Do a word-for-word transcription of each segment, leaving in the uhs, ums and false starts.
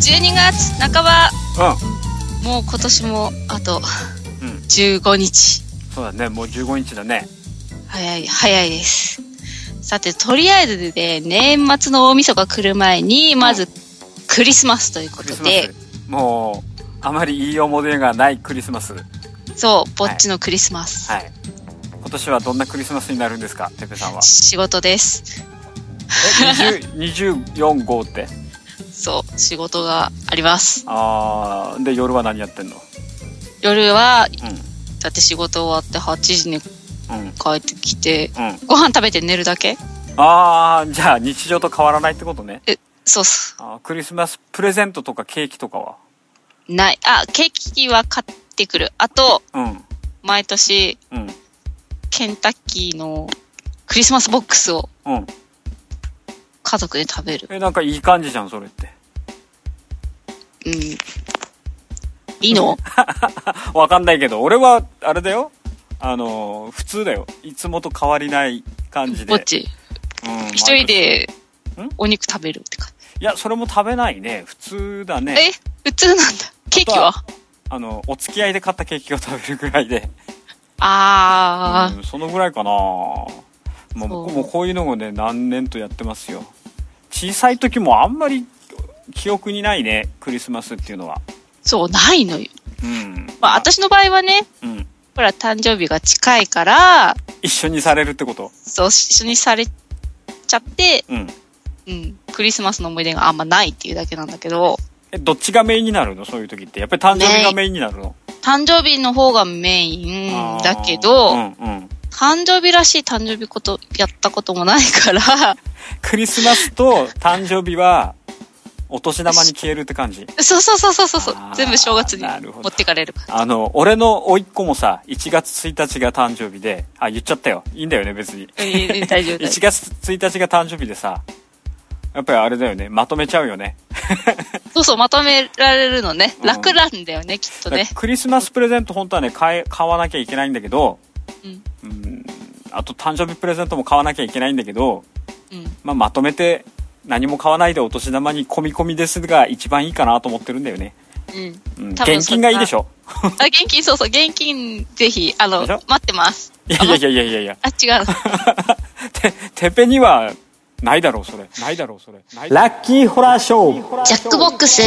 じゅうにがつなかば、 うん、 もう今年もあとじゅうごにち、 うん、そうだね、もうじゅうごにちだね。 早い早いです。さて、とりあえずで年末の大晦日来る前にまずクリスマスということで、 もうあまりいい思い出がないクリスマス。 そう、ぼっちのクリスマス、 はいはい、今年はどんなクリスマスになるんですか、てぺさんは。 仕事です。 え、にじゅうよん号ってそう、仕事があります。 あー、で夜は何やってんの？ 夜は、 うん、 だって仕事終わってはちじに帰ってきて、 うん、 ご飯食べて寝るだけ。 あー、じゃあ日常と変わらないってことね。 え、そうっす。 あ、クリスマスプレゼントとかケーキとかはない。あ、ケーキは買ってくる。あと、 うん、 毎年、うん、ケンタッキーのクリスマスボックスを家族で食べる。 え、なんかいい感じじゃんそれって。 うん。いいの？ わかんないけど、俺はあれだよ。あの普通だよ。いつもと変わりない感じで。 ぼっち。うん。一人でお肉食べるって感じ。 いや、それも食べないね。普通だね。 え、普通なんだ。ケーキは？ あのお付き合いで買ったケーキを食べるぐらいで。 あー、 うん、そのぐらいかな。もう、もうこういうのをね何年とやってますよ。小さい時もあんまり記憶にないね、クリスマスっていうのは。 そう、ないのよ。 うん。 まあ、私の場合はね、うん、ほら、誕生日が近いから、 一緒にされるってこと？ そう、一緒にされちゃって、うん。うん。クリスマスの思い出があんまないっていうだけなんだけど。 え、どっちがメインになるの？そういう時って。やっぱり誕生日がメインになるの？ 誕生日の方がメインだけど、うんうん、誕生日らしい誕生日ことやったこともないからクリスマスと誕生日はお年玉に消えるって感じ。 そうそうそうそうそう、全部正月に持ってかれる。 あの俺の甥っ子もさ、いちがつついたちが誕生日で、あ、言っちゃったよ、いいんだよね別に。 大丈夫。 いちがつついたちが誕生日でさ、やっぱりあれだよね、まとめちゃうよね。 そうそう、まとめられるのね、うん、楽なんだよね、きっとね。 クリスマスプレゼント本当はね、買え買わなきゃいけないんだけど、うん、うん、あと誕生日プレゼントも買わなきゃいけないんだけど、うん、まあ、まとめて何も買わないでお年玉に込み込みですが一番いいかなと思ってるんだよね。うん、うん、現金がいいでしょ。 あ、現金、そうそう、現金ぜひ、あの、待ってます。 いやいやいやいやいやいや。 あ、違う。 て、てっぺんにはないだろうそれ。ないだろうそれ。ラッキーホラーショー。 ジャックボックス。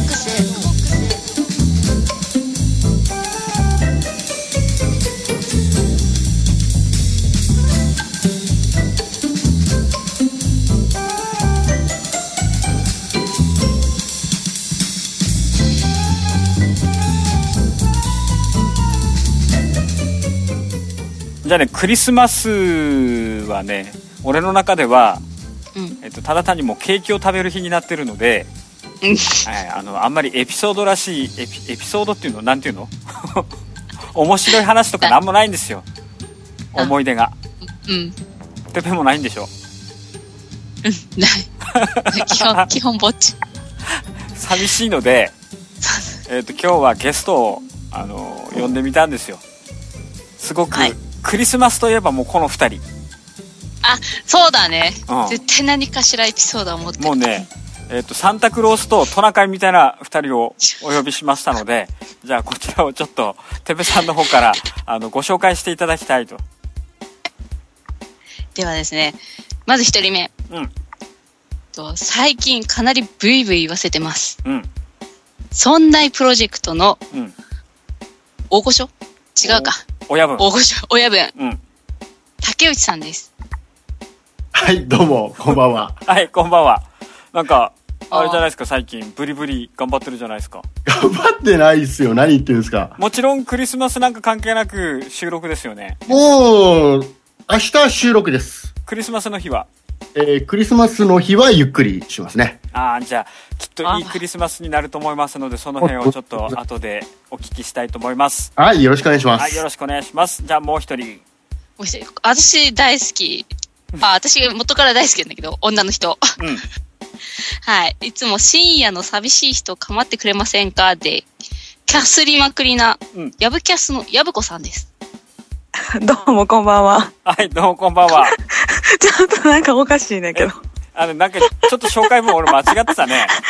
じゃあね、クリスマスはね、俺の中では、うん、えっと、ただ単にもうケーキを食べる日になってるので、はい、あのあんまりエピソードらしいエピ、エピソードっていうのなんていうの面白い話とかなんもないんですよ、思い出が。うん。てっぺんもないんでしょ？ うん、ない。基本基本ぼっち。 寂しいので、えっと今日はゲストをあの呼んでみたんですよ。すごく、はい、クリスマスといえばもうこのふたり。 あ、そうだね、うん、絶対何かしらエピソードを持ってる。 もうね、えーと、サンタクロースとトナカイみたいなふたりをお呼びしましたのでじゃあこちらをちょっとてぺさんの方からあのご紹介していただきたいと。 ではですね、まずひとりめ、うん、と最近かなりブイブイ言わせてます、うん、そんないプロジェクトの大御所、違うか、 親分、 大御所、親分、うん、竹内さんです。 はい、どうもこんばんは。 はい、こんばんは。なんかあれじゃないですか、最近ブリブリ頑張ってるじゃないですか。 頑張ってないですよ、何言ってるんですか。 もちろんクリスマスなんか関係なく収録ですよね。 もう明日収録です。 クリスマスの日は、 えー、クリスマスの日はゆっくりしますね。 ああ、じゃあきっといいクリスマスになると思いますので、その辺をちょっと後でお聞きしたいと思います。 はい、よろしくお願いします。 はい、よろしくお願いします。じゃあもう一人。もう一人、私大好き。あ、私元から大好きなんだけど、女の人。うん。はい。いつも深夜の寂しい人構ってくれませんかで、キャスりまくりな、うん、ヤブキャスのヤブコさんです。 どうもこんばんは。 はい、どうもこんばんは。 ちょっとなんかおかしいねんけど。 あの、なんかちょっと紹介文俺間違ってたね。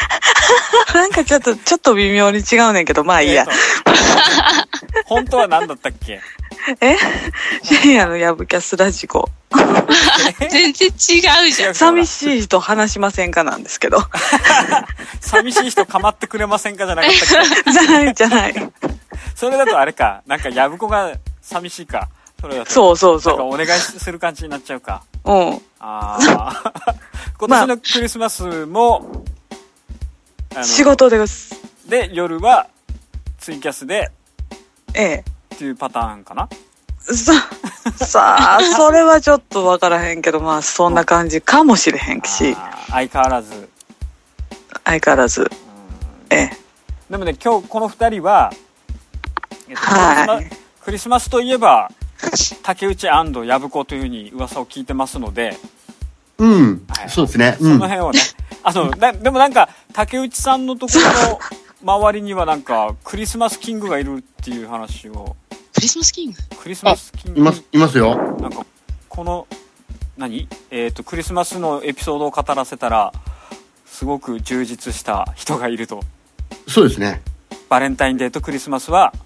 なんかちょっと、ちょっと微妙に違うねんけど、まあいいや。 本当は何だったっけ？ え深夜のヤブキャスラジコ。 全然違うじゃん。 寂しい人話しませんかなんですけど。 寂しい人構ってくれませんかじゃなかったっけ？ じゃないじゃない。それだとあれか、なんかヤブコが寂しいか。それだとそうそうそう。 なんかお願いする感じになっちゃうか。 うん。 ああ。今年のクリスマスも、 まあ、仕事です。 で、夜はツイキャスで、 ええ。 っていうパターンかな？ さ、さあ、それはちょっとわからへんけど、まあそんな感じかもしれへんし。 相変わらず。 相変わらず。ええ。 でもね、今日この二人は、 えっと、はい。 クリスマスといえば、竹内&ヤブコというふうに噂を聞いてますので、 うん、はい、そうですね。 その辺をね、あの、でもなんか、竹内さんのところの周りにはなんか、クリスマスキングがいるっていう話を。 クリスマスキング？ クリスマスキング。 います、いますよ。 なんか、この、何？えっと、クリスマスのエピソードを語らせたら、すごく充実した人がいると。 そうですね。 バレンタインデーとクリスマスは、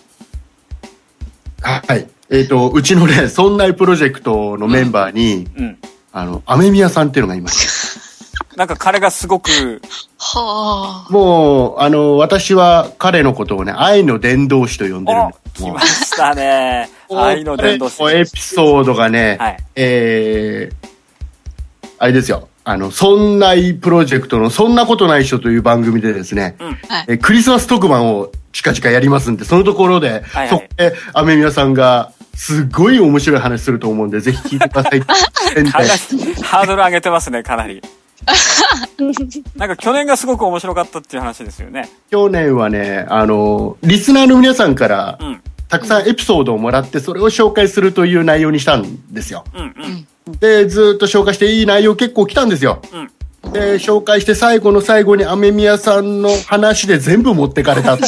はい。えっと、うちのね、そんないプロジェクトのメンバーに、うんうん、あの、アメミヤさんっていうのがいます。 なんか彼がすごく、 はあ。もう、あの、私は彼のことをね、愛の伝道師と呼んでるんです。 来ましたね。愛の伝道師。 エピソードがね、はい、えー、あれですよ。あの、そんないプロジェクトのそんなことない人という番組でですね、うん、えクリスマス特番を近々やりますんで、そのところで、はいはい、そこで、アメミヤさんが、すごい面白い話すると思うんで、ぜひ聞いてください。 ハードル上げてますね、かなり。なんか去年がすごく面白かったっていう話ですよね。 去年はね、あの、リスナーの皆さんから、うん、たくさんエピソードをもらって、それを紹介するという内容にしたんですよ。うんうん、で、ずっと紹介していい内容結構来たんですよ。うんで、紹介して最後の最後にアメミヤさんの話で全部持ってかれた。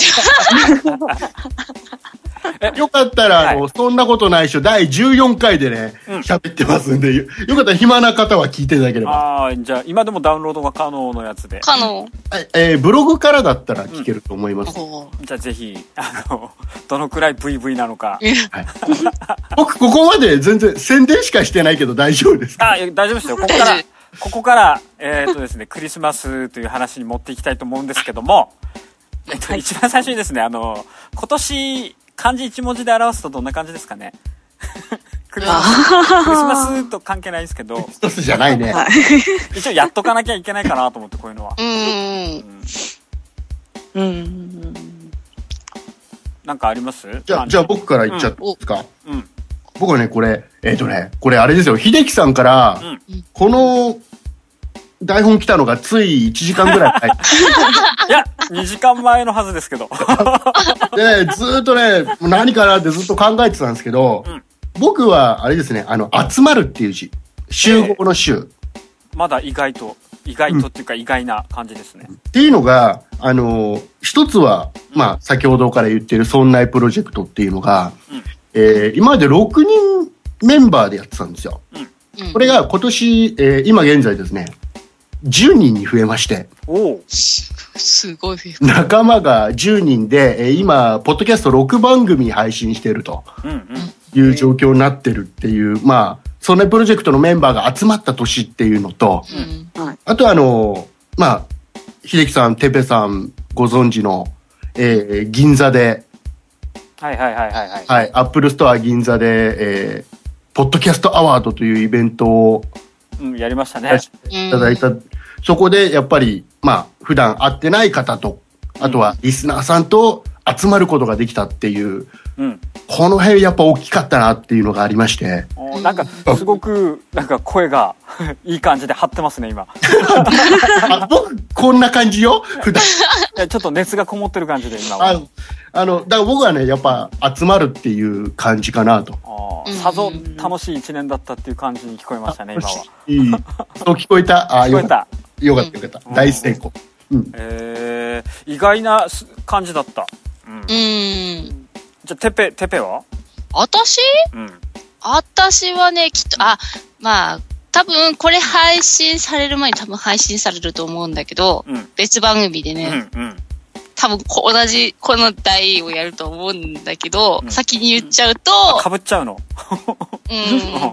よかったら、あの、はい、そんなことないっしょ、だいじゅうよんかいでね、喋、うん、ってますんで、よかったら暇な方は聞いていただければ。 ああ、じゃあ、今でもダウンロードが可能のやつで。 可能。 はい、えー、ブログからだったら聞けると思います。 うん、じゃあ、ぜひ、あの、どのくらい ブイブイ なのか。はい、 僕、ここまで全然宣伝しかしてないけど大丈夫ですか？ あ、大丈夫ですよ。ここから。ここから、えっとですね、クリスマスという話に持っていきたいと思うんですけども、えっと、一番最初にですね、あの、今年、漢字一文字で表すとどんな感じですかね？クリスマス、クリスマスと関係ないですけど。 一つじゃないね。 一応やっとかなきゃいけないかなと思って、こういうのは。 うん。 うん。うん。 なんかあります？ じゃあ、じゃあ僕から言っちゃっていいですか？うん。うん僕はね、これ、えっとね、これあれですよ、秀樹さんから、うん、この台本来たのがついいちじかんぐらい前。 いや、にじかんまえのはずですけど。 で、ずーっとね、何かなってずっと考えてたんですけど、うん、僕はあれですね、あの、集まるっていう字。集合の集。 えー、まだ意外と、意外とっていうか意外な感じですね。 うん、っていうのが、あの、一つは、まあ、先ほどから言ってる、そんないプロジェクトっていうのが、うんえー、今までろくにんメンバーでやってたんですよ。うん、これが今年、えー、今現在ですね、じゅうにんに増えまして。 おすごい。 仲間がじゅうにんで、えー、今、ポッドキャストろくばんぐみ配信しているという状況になってるっていう、まあ、そのプロジェクトのメンバーが集まった年っていうのと、うん、あとあの、まあ、秀樹さん、てぺさんご存知の、えー、銀座で、 はいはいはいはいはい。 はい。アップルストア銀座で、えー、ポッドキャストアワードというイベントを、 うん、やりましたね。 やらせていただいた。うん、そこで、やっぱり、まあ、普段会ってない方と、あとはリスナーさんと集まることができたっていう、うん、この辺やっぱ大きかったなっていうのがありまして。 なんか、すごく、なんか声がいい感じで張ってますね、今。 あ僕、こんな感じよ普段。 いやちょっと熱がこもってる感じで、今は。 ああの、だから僕はね、やっぱ集まるっていう感じかなと。 あさぞ楽しい一年だったっていう感じに聞こえましたね、今は。 いい。そう聞こえた。 あ聞こえた。 よかったよかった。うん、大成功。 うん、えー、意外な感じだった。 うん。うんじゃあ、てぺ、てぺは私うん。私はね、きっと、あ、まあ、 多分これ配信される前に多分配信されると思うんだけど、うん、別番組でね、うんうん、多分同じこの題をやると思うんだけど、うん、先に言っちゃうと、 かぶっちゃうの、 うん、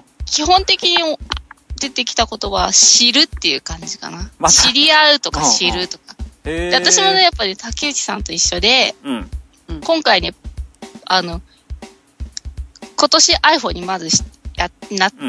基本的に出てきた言葉は知るっていう感じかな、ま、知り合うとか知るとか、うんうん、で私もねやっぱり竹内さんと一緒で、うんうん、今回ねあの今年 iPhone にまずやなって、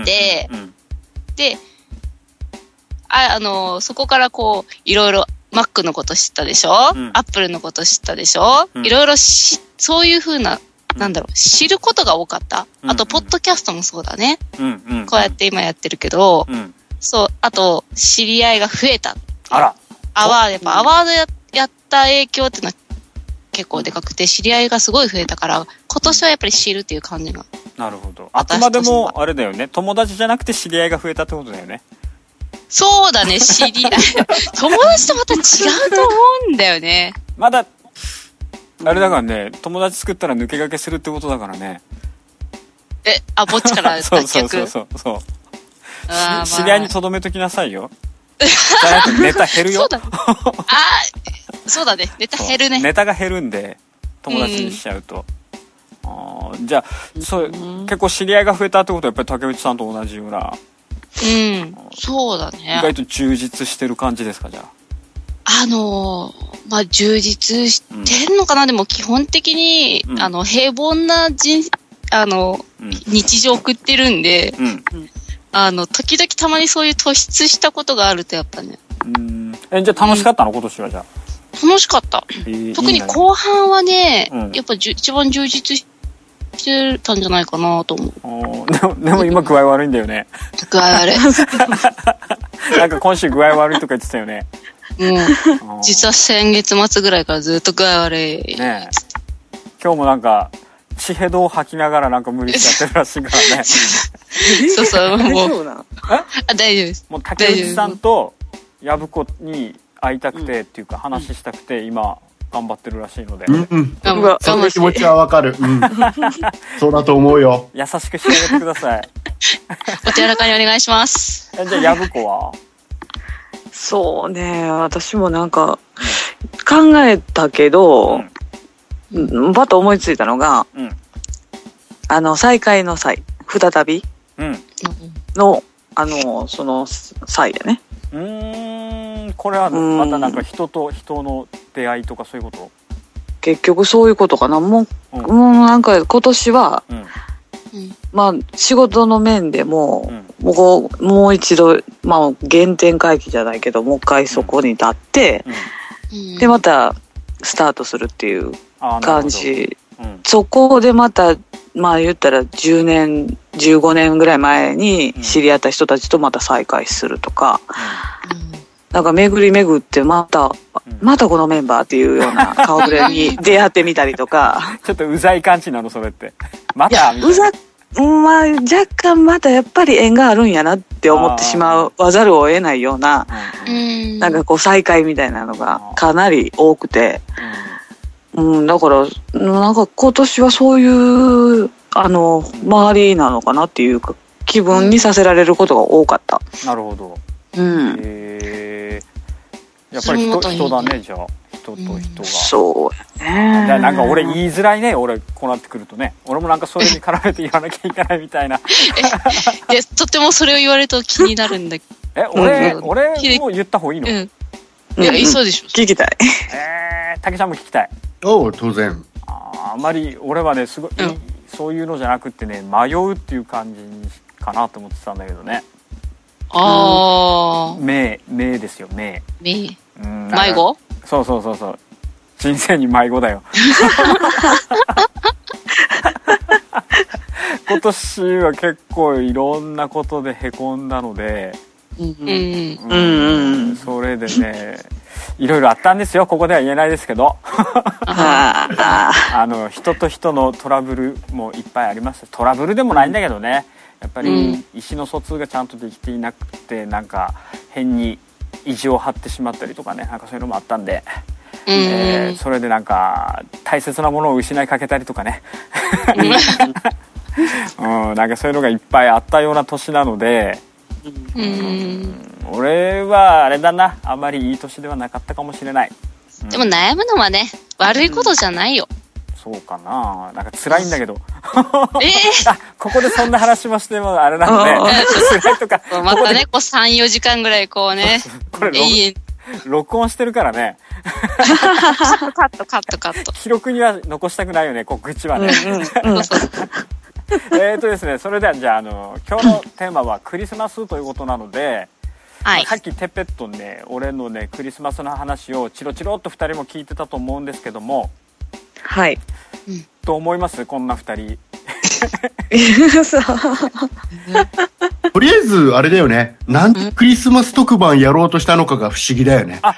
うんうんうん、であ、あのそこからこういろいろ Mac のこと知ったでしょ、うん、Apple のこと知ったでしょ、いろいろそういう風な、なんだろう、知ることが多かった。うん、あと、ポッドキャストもそうだね。うんうん、こうやって今やってるけど、うん、そう、あと、知り合いが増えた。 あら。 アワード、やっぱアワード や, やった影響っていうのは結構でかくて、知り合いがすごい増えたから、今年はやっぱり知るっていう感じが。 なるほど。あくまでも、あれだよね。友達じゃなくて知り合いが増えたってことだよね。 そうだね、知り合い。友達とまた違うと思うんだよね。 まだ、あれだからね、友達作ったら抜け駆けするってことだからね。 え、あ、ぼっちから脱却。 そうそうそうそう。あ、知り合いにとどめときなさいよ。じゃなくてネタ減るよ。 そうだ。あ、そうだね、ネタ減るね。 ネタが減るんで、友達にしちゃうと。うん、あじゃあ、そう、結構知り合いが増えたってことはやっぱり竹内さんと同じような。 うん、そうだね。 意外と充実してる感じですか、じゃあ。 あのー、まあ、充実してんのかな、うん、でも基本的に、うん、あの、平凡な人、あの、うん、日常送ってるんで、うん、あの、時々たまにそういう突出したことがあるとやっぱね。 うん。え、じゃあ楽しかったの、うん、今年はじゃあ。楽しかった。えー、特に後半はね、いいね、やっぱじゅ一番充実して、してたんじゃないかなと思う。 でも、でも今具合悪いんだよね。 具合悪い。 なんか今週具合悪いとか言ってたよね。 うん。実は先月末ぐらいからずっと具合悪い。ねえ。 今日もなんか、血ヘドを吐きながらなんか無理しちゃってるらしいからね。 そうそう、もう。あ、大丈夫です。 もう竹内さんと薮子に会いたくてっていうか話したくて今、頑張ってるらしいので、うんうん、 その気持ちはわかる、うん、そうだと思うよ。 優しくしてあげてください。 お手柔らかにお願いします。 えじゃあ薮子は？ そうね、私もなんか考えたけど、うん、パッと思いついたのが、うん、あの再会の際再びの、うん、あのその際やね。 うーん、これはまたなんか人と人の出会いとかそういうこと？ 結局そういうことかな。もう、うん、もうなんか今年は、うん、まあ仕事の面でも、うん、もうもう一度、まあ原点回帰じゃないけどもう一回そこに立って、うん、でまたスタートするっていう感じ、うん、そこでまたまあ言ったらじゅうねんじゅうごねんぐらい前に知り合った人たちとまた再会するとか、うん、なんか巡り巡ってまた、うん、またこのメンバーっていうような顔ぶれに出会ってみたりとかちょっとうざい感じなのそれってまたみたいな。 うざまあ若干またやっぱり縁があるんやなって思ってしまうわざるを得ないような、うん、なんかこう再会みたいなのがかなり多くて、うん、だからなんか今年はそういうあの周りなのかなっていうか気分にさせられることが多かった。 なるほど。 うん。 へー、やっぱり 人, 人だねじゃあ人と人が。うん、 そうやね。 じゃあなんか俺言いづらいね俺こうなってくるとね。俺もなんかそれに絡めて言わなきゃいけないみたいな。 え、いやとてもそれを言われると気になるんだけど。 え、俺、うん、俺も言った方がいいの？うん。 いや、いそうでしょ。 聞きたい。 えー、竹ちゃんも聞きたい。 おう、当然。 ああんまり俺はねすごい、うん、そういうのじゃなくってね迷うっていう感じかなと思ってたんだけどね。 ああ。 迷迷ですよ迷。 迷。うん、迷子？ そうそうそうそう。人生に迷子だよ。今年は結構いろんなことでへこんだので、うんうんうん、それでね。いろいろあったんですよ。ここでは言えないですけどあの人と人のトラブルもいっぱいあります。トラブルでもないんだけどね、やっぱり意思の疎通がちゃんとできていなくてなんか変に意地を張ってしまったりとかね、なんかそういうのもあったんで、うんえー、それでなんか大切なものを失いかけたりとかねうん、なんかそういうのがいっぱいあったような年なので、 うん。 俺はあれだな、あまりいい年ではなかったかもしれない。 うん、でも悩むのはね、悪いことじゃないよ。 うん、そうかな。なんか辛いんだけど。 えー、 あ、ここでそんな話もしてもあれなんで、辛いとか。 またね、こうさん、よじかんぐらいこうね、 これ永遠録音してるからね。 カットカットカット。 記録には残したくないよね、こう愚痴はね。えっとですね、それではじゃあ、あの今日のテーマはクリスマスということなので、はい、さっきてっぺっとね、俺のねクリスマスの話をチロチロっとふたりも聞いてたと思うんですけども、 はい。 どう思います？こんなふたり。 とりあえずあれだよね、なんでクリスマス特番やろうとしたのかが不思議だよね。あ、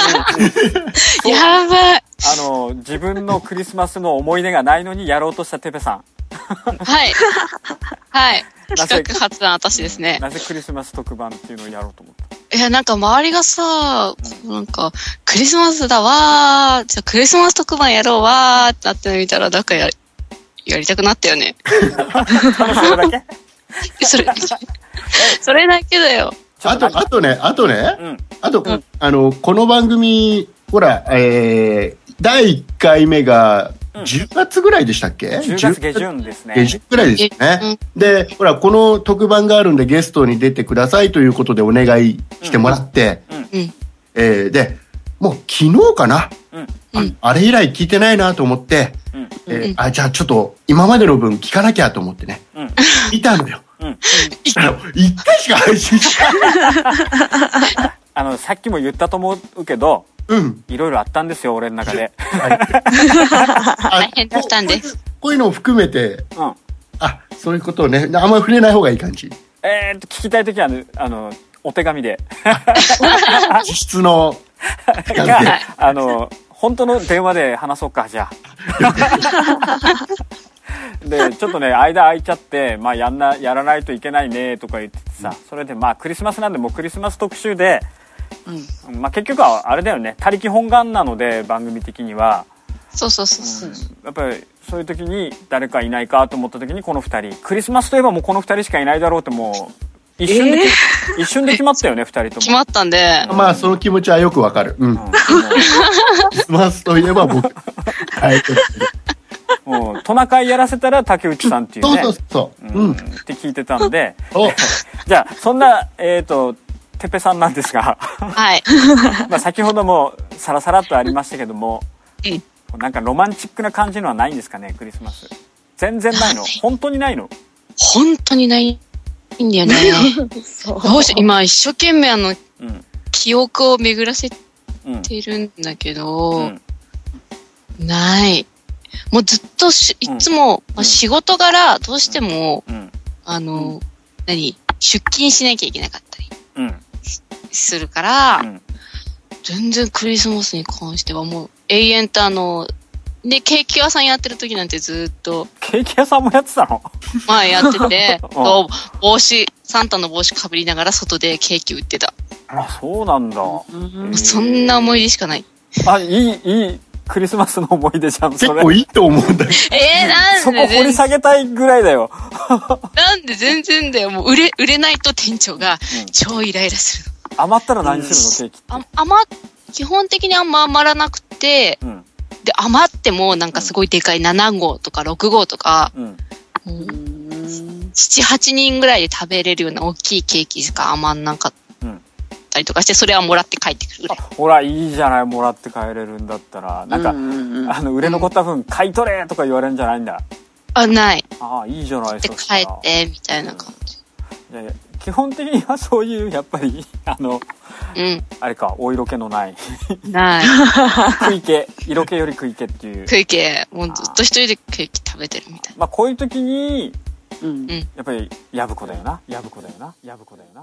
やばい。 あの自分のクリスマスの思い出がないのにやろうとしたテペさん。 はいはい企画発案私ですね。 なぜクリスマス特番っていうのをやろうと思った？ いや、なんか周りがさ、なんかクリスマスだわー、じゃあクリスマス特番やろうわーってなってみたら、なんかややりたくなったよね。 それだけ？ それそれだけだよ。 あとあとねあとね、うん、あと、うん、あのこの番組ほら、えー、だいいっかいめがじゅうがつぐらいでしたっけ？ じゅうがつ下旬ですね。 下旬ぐらいですね。うん、で、ほらこの特番があるんでゲストに出てくださいということでお願いしてもらって、うんうん、えー、でもう昨日かな、うん、あ, あれ以来聞いてないなと思って、うんえー、あじゃあちょっと今までの分聞かなきゃと思ってね、うん、見たのよ。うん、あのいっかいしか配信しないあのさっきも言ったと思うけど、うん、いろいろあったんですよ俺の中で。 大変だったんです。 こういうのを含めて、うん、あそういうことをね、あんまり触れない方がいい感じ。 えーっと聞きたいときは、ね、あのお手紙で実質のあの本当の電話で話そうかじゃあ。でちょっとね間空いちゃって、まあ、やんなやらないといけないねとか言っててさ、それでまあクリスマスなんでもうクリスマス特集で、うんまあ、結局はあれだよね、他力本願なので番組的にはそうそうそうそう、うん、 やっぱりそういう時に誰かいないかと思った時にこのふたり、クリスマスといえばもうこのふたりしかいないだろうってもう一瞬で、えー、一瞬で決まったよねふたりとも決まったんで、 まあその気持ちはよくわかる、うん、クリスマスといえば僕はいもうトナカイやらせたら竹内さんっていうね、 そうそうそう、うん、 って聞いてたんでじゃあそんなえっ、ー、とてっぺさんなんですがはいまあ先ほどもさらさらっとありましたけども、うん、なんかロマンチックな感じのはないんですかねクリスマス。全然ないの？本当にないの？ 本当にないんだよね。どうし今一生懸命あの、うん、記憶を巡らせてるんだけど、うんうん、ないもうずっとしいつも、うんまあ、仕事柄どうしても、うん、あの、うん、何出勤しなきゃいけなかったり、うん、するから、うん、全然クリスマスに関してはもう永遠とあのでケーキ屋さんやってる時なんてずっとケーキ屋さんもやってたの？ まあやってて帽子サンタの帽子かぶりながら外でケーキ売ってた。 あそうなんだ、 うん、そんな思い出しかない。 あいいいいクリスマスの思い出じゃんそれ。 結構いいと思うんだよ。 えー、なんでそこ掘り下げたいぐらいだよ。 なんで全然だよ。もう売れ売れないと店長が超イライラするの、うん、余ったら何するのケーキって？ あ余基本的にあんま余らなくて、うん、で余ってもなんかすごいでかいなな号とかろく号とか、うん、うん、ななはちにんぐらいで食べれるような大きいケーキしか余んなかったりとかして、それはもらって帰ってくるぐらい。 ほらいいじゃない、もらって帰れるんだったらなんか、うんうんうん、あの売れ残った分買い取れとか言われるんじゃないんだ。 あない。 あいいじゃない。 で帰ってみたいな感じ、 うん、いやいや基本的にはそういうやっぱりあの、うん、あれかお色気のないない食い気、色気より食い気っていう。 食い気もうずっと一人でケーキ食べてるみたいな。 まあこういう時に、うん、やっぱりやぶこだよなやぶこだよなやぶこだよな。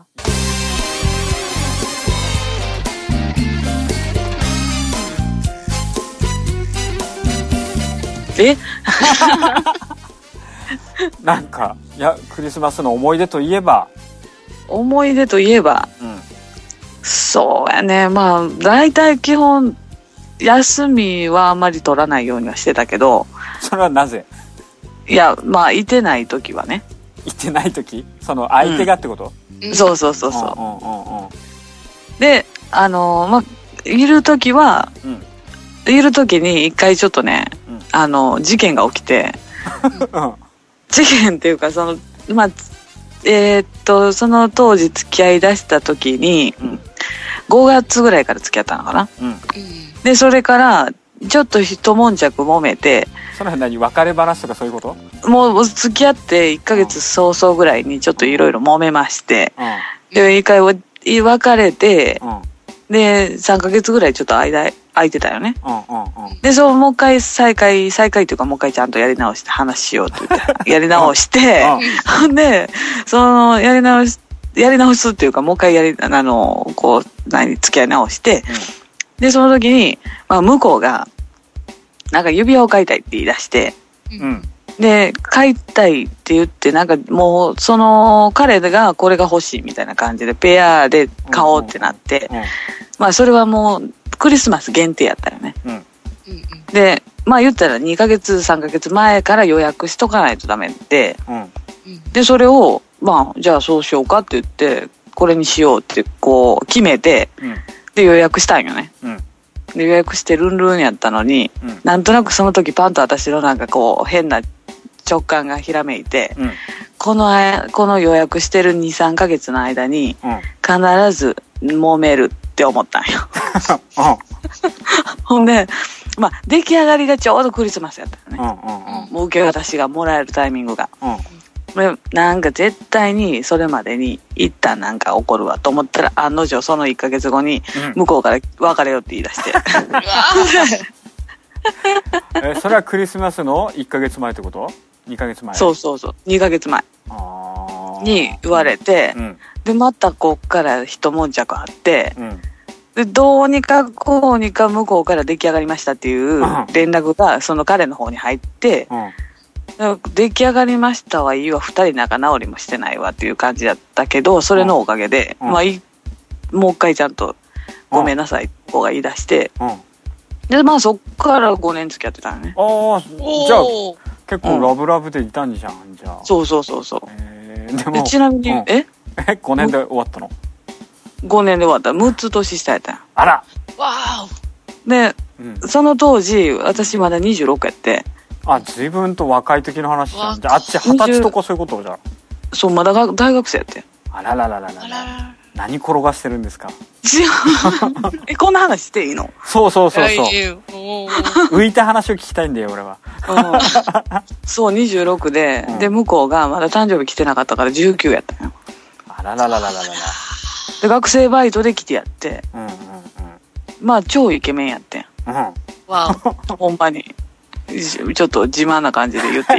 えなんかいやクリスマスの思い出といえば思い出といえば、うん、そうやね、まあ大体基本休みはあんまり取らないようにはしてたけど。 それはなぜ？ いやまあいてない時はね。 行ってない時、その相手がってこと？ うん、そうそうそうそう。うんうんうんうん、で、あのー、まあ、いる時は、うん、いる時に一回ちょっとね、うん、あの、事件が起きて、事件っていうか、その、まあ、えー、っと、その当時付き合い出した時に、うん、ごがつぐらいから付き合ったのかな。うん、で、それから、ちょっと一悶着揉めて、 その辺何別れ話とかそういうこと？ もう付き合っていっかげつ早々ぐらいにちょっといろいろ揉めまして、うん、で、一回別れて、うん、で、さんかげつぐらいちょっと間空いてたよね。うんうんうん、で、そう、もう一回再開、再開というかもう一回ちゃんとやり直して話しようって言って、やり直して、うん、で、その、やり直し、やり直すっていうかもう一回やり、あの、こう、何、付き合い直して、うん、で、その時に、まあ、向こうが、なんか指輪を買いたいって言い出して、うん、で、買いたいって言って、なんかもう、その、彼がこれが欲しいみたいな感じで、ペアで買おうってなって、うんうん、まあ、それはもう、クリスマス限定やったよね。うん、で、まあ言ったらにかげつ、さんかげつまえから予約しとかないとダメで、うん、で、それを、まあ、じゃあそうしようかって言って、これにしようってこう決めて、うん、で予約したんよね。うん、で予約してルンルンやったのに、うん、なんとなくその時パンと私のなんかこう変な直感がひらめいて、うん、このあこの予約してるに、さんかげつの間に、うん、必ず揉めるって思ったんよ。ほんで、まあ出来上がりがちょうどクリスマスやったよね。うんうんうん、もう受け渡しがもらえるタイミングが。うんなんか絶対にそれまでに一旦なんか起こるわと思ったら案の定そのいっかげつごに向こうから別れようって言い出して、 うん、えそれはクリスマスのいっかげつまえってこと？にかげつまえ？ そうそうそうにかげつまえに言われて、うん、でまたこっから一悶着あって、うん、でどうにかこうにか向こうから出来上がりましたっていう連絡がその彼の方に入って、うん出来上がりましたはいいわ、二人仲直りもしてないわっていう感じだったけど、それのおかげで、うん、まあいもう一回ちゃんとごめんなさいって子が言い出して、うん、でまあそっからごねん付き合ってたのね。 ああ、じゃあ結構ラブラブでいたんじゃん、うん、じゃあ。 そうそうそうそう。 えー、でもちなみに、うん、ええごねんで終わったの？ ごねんで終わった。むっつ年下やったよ。 あら。 わーで、うん、その当時私まだにじゅうろくやって。 あ、随分と若い時の話じゃん。じゃああっち二十歳とかそういうことじゃん。 そう、まだが大学生やって。 あらららららら。何転がしてるんですか？ え、こんな話していいの？ そうそうそうそう。浮いた話を聞きたいんだよ、俺は。 うん、そう、にじゅうろくで、うん、で、向こうがまだ誕生日来てなかったからじゅうきゅうやったよ。 あららららららら。 で、学生バイトで来てやって、うんうんうん、まあ、超イケメンやってん。うん。わお。ほんまに。ちょっと自慢な感じで言っていい？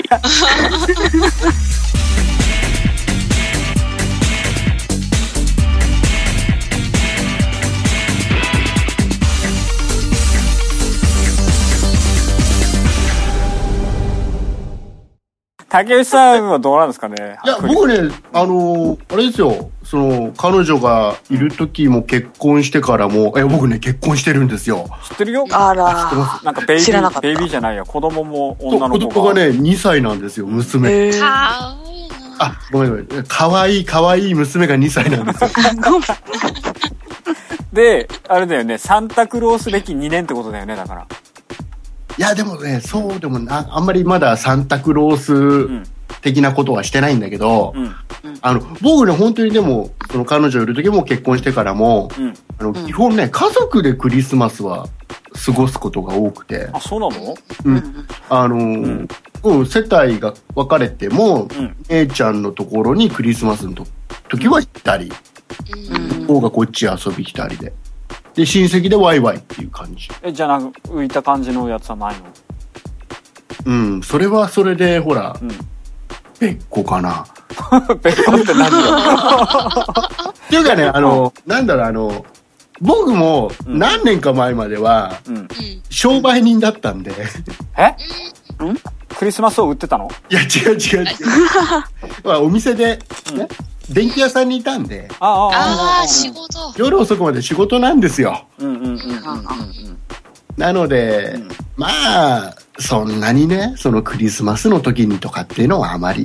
竹内さんはどうなんですかね？ いや僕ね、あのー、あれですよ、その彼女がいる時も結婚してからも、え僕ね結婚してるんですよ。 知ってるよ。 あら、 なんかベイビーベイビーじゃないや、子供も女の子が。子供がねにさいなんですよ、娘。あ、ごめんごめん、かわいいかわいい娘がにさいなんですよ。 で、あれだよね、サンタクロース歴にねんってことだよね、だから。 いやでもね、そうでもな、あんまりまだサンタクロース的なことはしてないんだけど、うん、あの僕ね本当にでもその彼女いる時も結婚してからも、うん、あの基本ね家族でクリスマスは過ごすことが多くて。 あ、そうなの？ うん。あのーうん、世帯が分かれても、うん、姉ちゃんのところにクリスマスの時は行ったり、うん、方がこっち遊び来たりで。で親戚でワイワイっていう感じ。 え、じゃあなんか浮いた感じのやつはないの？ うん、それはそれでほら、うん、別個かな。 別個って何だっていうかね、あの、なんだろう、あの僕も何年か前までは、うん、商売人だったんで。 え？うん？クリスマスを売ってたの？ いや違う違う違う。お店で、ね、電気屋さんにいたんで。 ああ、仕事。 夜遅くまで仕事なんですよ。うんうんうんうんうん。なので、うん、まあそんなにね、そのクリスマスの時にとかっていうのはあまり。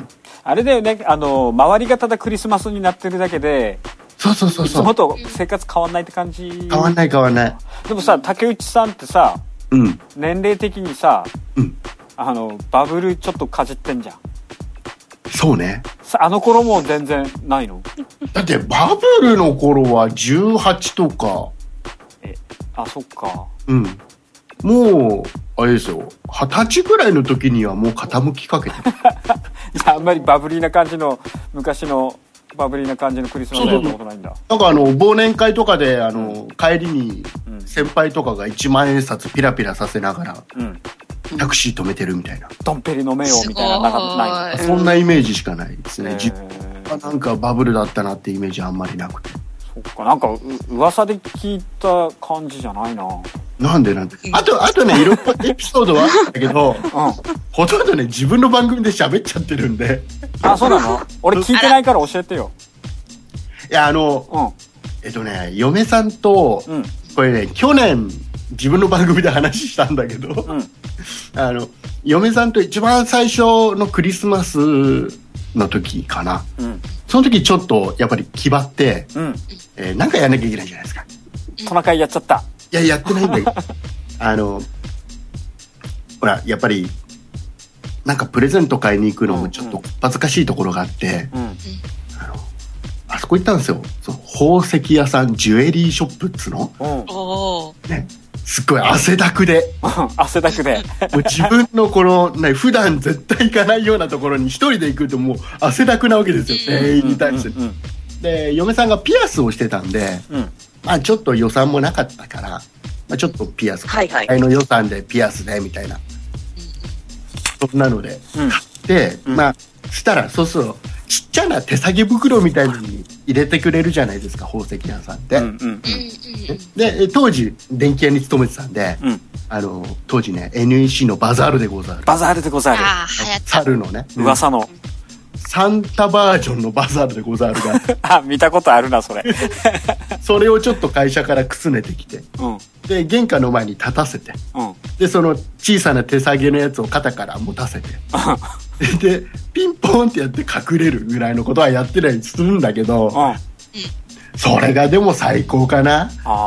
あれだよね、あの周りがただクリスマスになってるだけで、 そうそうそうそう、 いつもと生活変わんないって感じ。 変わんない変わんない。 でもさ、竹内さんってさ、うん、年齢的にさ、うん、あのバブルちょっとかじってんじゃん。 そうね。 あの頃も全然ないの？ だってバブルの頃はじゅうはちとか。 え、あ、そっか。 うん。もうあれですよ、はたちぐらいの時にはもう傾きかけてる。いや、あんまりバブリーな感じの、昔のバブリーな感じのクリスマスやったことないんだ。 なんかあの忘年会とかであの、うん、帰りに先輩とかがいちまんえん札ピラピラさせながら、うん、タクシー止めてるみたいな。 ドンペリ飲めよみたいな、なんかない。 そんなイメージしかないですね。自分はなんかバブルだったなってイメージあんまりなくて。 そっか、なんかう噂で聞いた感じじゃないな。 なんでなんで。あと、あとね、いろんなエピソードはあったんだけど、うん、ほとんどね、自分の番組で喋っちゃってるんで。 あ、そうなの？俺聞いてないから教えてよ。 いや、あの、うん、えっとね、嫁さんと、うん、これね、去年、自分の番組で話したんだけど、うん、あの、嫁さんと一番最初のクリスマスの時かな。うん、その時ちょっと、やっぱり気張って、うん、えー、なんかやんなきゃいけないじゃないですか。 トナカイやっちゃった。 いや、やってないんだけど、あの、ほら、やっぱり、なんかプレゼント買いに行くのもちょっと恥ずかしいところがあって、うんうん、あの、あそこ行ったんですよ。その宝石屋さん、ジュエリーショップっつの、うん、ね、すっごい汗だくで。 汗だくで。 もう自分のこの、ね、普段絶対行かないようなところに一人で行くともう汗だくなわけですよ、店員に対して。で、嫁さんがピアスをしてたんで、うん、まあちょっと予算もなかったから、まあ、ちょっとピアス、はいはい、の予算でピアスでみたいな、そんなので買って、うん、まあしたらそうそうちっちゃな手提げ袋みたいに入れてくれるじゃないですか、宝石屋さんって、うんうんうん、で当時電気屋に勤めてたんで、うん、あの当時ね エヌイーシー のバザールでござる、 バザールでござる、 猿のね噂の、 サンタバージョンのバザールでござるがあ、見たことあるなそれそれをちょっと会社からくすねてきて、うん、で玄関の前に立たせて、うん、でその小さな手提げのやつを肩から持たせてでピンポンってやって隠れるぐらいのことはやってたりするんだけど、うん、それがでも最高かな。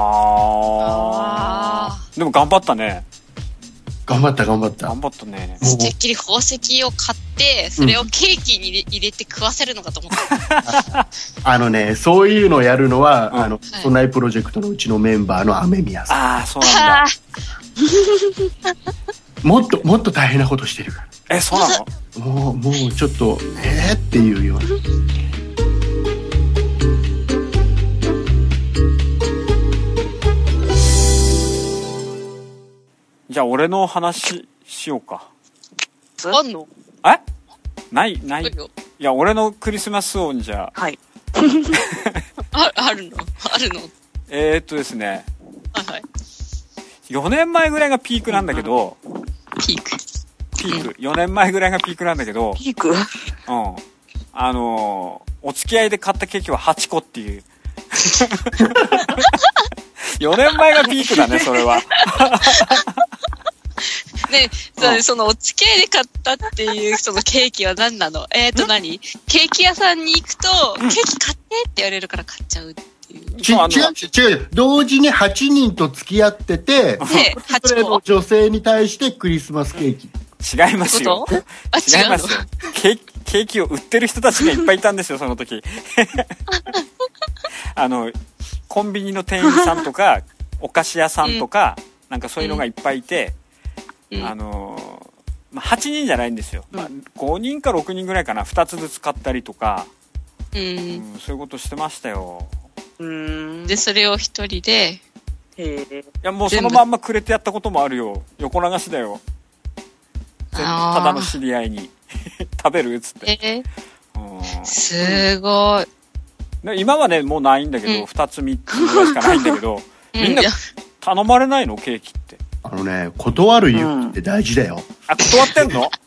あー、でも頑張ったね。 頑張った頑張った頑張ったね。 てっきり宝石を買ってそれをケーキに入れて食わせるのかと思った、 うん、あのね、そういうのをやるのは、うん、あのそないプロジェクトのうちのメンバーの雨宮さん。 ああ、そうなんだもっともっと大変なことしてるから。え、そうなの？もうもうちょっとえーっていうような。 じゃあ俺の話しようか。 あんの？ え？ないない。いや、俺のクリスマス音じゃ。 はい。あ, あるの？あるの？ えー、っとですね。 はいはい。 よねんまえぐらいがピークなんだけど。 ピーク。 ピーク。よねんまえぐらいがピークなんだけど。 ピーク？うん。 あのー、お付き合いで買ったケーキははちこっていう。よねんまえがピークだね、それは。 ね、そ, そのお付き合いで買ったっていうそのケーキは何なの？えーと何？ケーキ屋さんに行くと、ケーキ買ってって言われるから買っちゃうっていう。 違う違う、同時にはちにんと付き合ってて、で、それの女性に対してクリスマスケーキ。 違いますよ。 あ、 違いますよ。ケーキ、ケーキを売ってる人たちがいっぱいいたんですよ、その時。あの、コンビニの店員さんとか、お菓子屋さんとか、うん、なんかそういうのがいっぱいいて、うん、あのー、まあ、はちにんじゃないんですよ、うん、まあ、ごにんかろくにんぐらいかな、ふたつずつ買ったりとか、うんうん、そういうことしてましたよ。 うーん、でそれを一人で、 へー、いやもうそのまんまくれてやったこともあるよ。横流しだよ。ただの知り合いに食べるっつって、えー、すごい。 今はねもうないんだけど、うん、ふたつみっつぐらいしかないんだけど、うん、みんな頼まれないのケーキって。 あのね、断る勇気って大事だよ、うん、 あ、断ってんの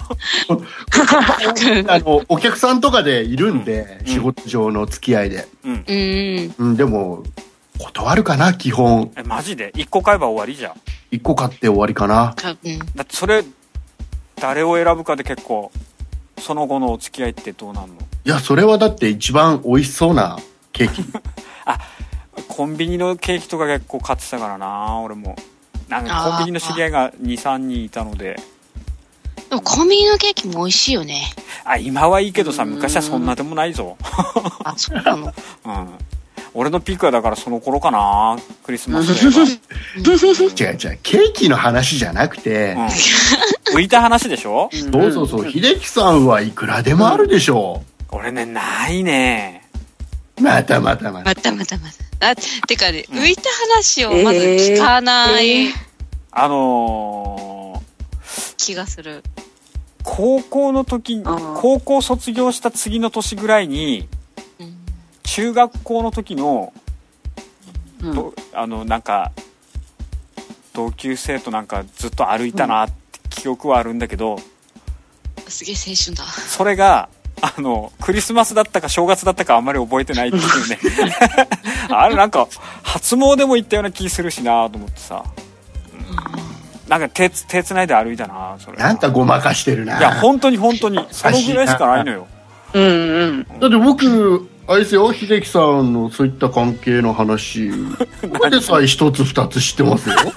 あのお客さんとかでいるんで、うん、仕事上の付き合いで、うんうん、でも断るかな、基本。 え、マジでいっこ買えば終わりじゃん。 いっこ買って終わりかな、 うん、だってそれ誰を選ぶかで結構その後のお付き合いってどうなんの？ いや、それはだって一番美味しそうなケーキ。 あ、コンビニのケーキとか結構買ってたからな、俺も。なんかコンビニの知り合いがに、さんにんいたので。 でもコンビニのケーキも美味しいよね。 あ、今はいいけどさ、昔はそんなでもないぞ。 あ、そうなの？ うん。俺のピークはだからその頃かな、クリスマスで。 違う違う、ケーキの話じゃなくて、 うん、浮いた話でしょ？ そうそうそう、秀樹さんはいくらでもあるでしょう。俺ね、ないね。 またまたまた。 またまたまた。あ、てかね、うん、浮いた話をまず聞かない。えー、 あのー、気がする。 高校の時、高校卒業した次の年ぐらいに、中学校の時の、うん、あのなんか同級生となんかずっと歩いたなって記憶はあるんだけど、 うん、すげえ青春だ。 それがあのクリスマスだったか正月だったかあんまり覚えてないっていうね。あれなんか初詣も行ったような気するしなと思ってさ、うん、なんか手手つないで歩いたな。それなんかごまかしてるな。 いや本当に本当にそのぐらいしかないのよ。 うんうん。 だって僕あれですよ、秀樹さんのそういった関係の話、ここでさえ一つ二つ知ってますよ。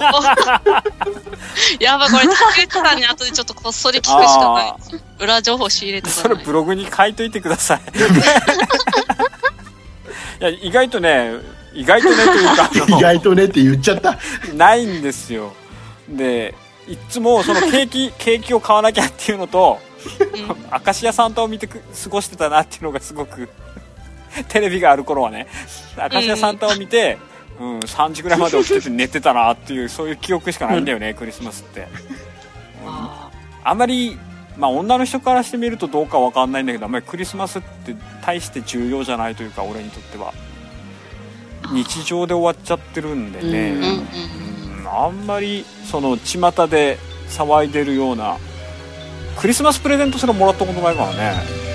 やばい、これ竹内さんに後でちょっとこっそり聞くしかない。裏情報仕入れてください。 それブログに書いといてください。いや意外とね、意外とねというか意外とねって言っちゃった。 ないんですよ。で、いつもそのケーキケーキを買わなきゃっていうのと。明石家サンタを見て過ごしてたなっていうのがすごくテレビがある頃はね、明石家サンタを見て、うん、さんじぐらいまで起きてて寝てたなっていうそういう記憶しかないんだよね、うん、クリスマスって、うん、あんまり、まあ、女の人からしてみるとどうかわかんないんだけど、あんまりクリスマスって大して重要じゃないというか、俺にとっては日常で終わっちゃってるんでね、うんうん、あんまりその巷で騒いでるようなクリスマスプレゼントすらもらったことないからね。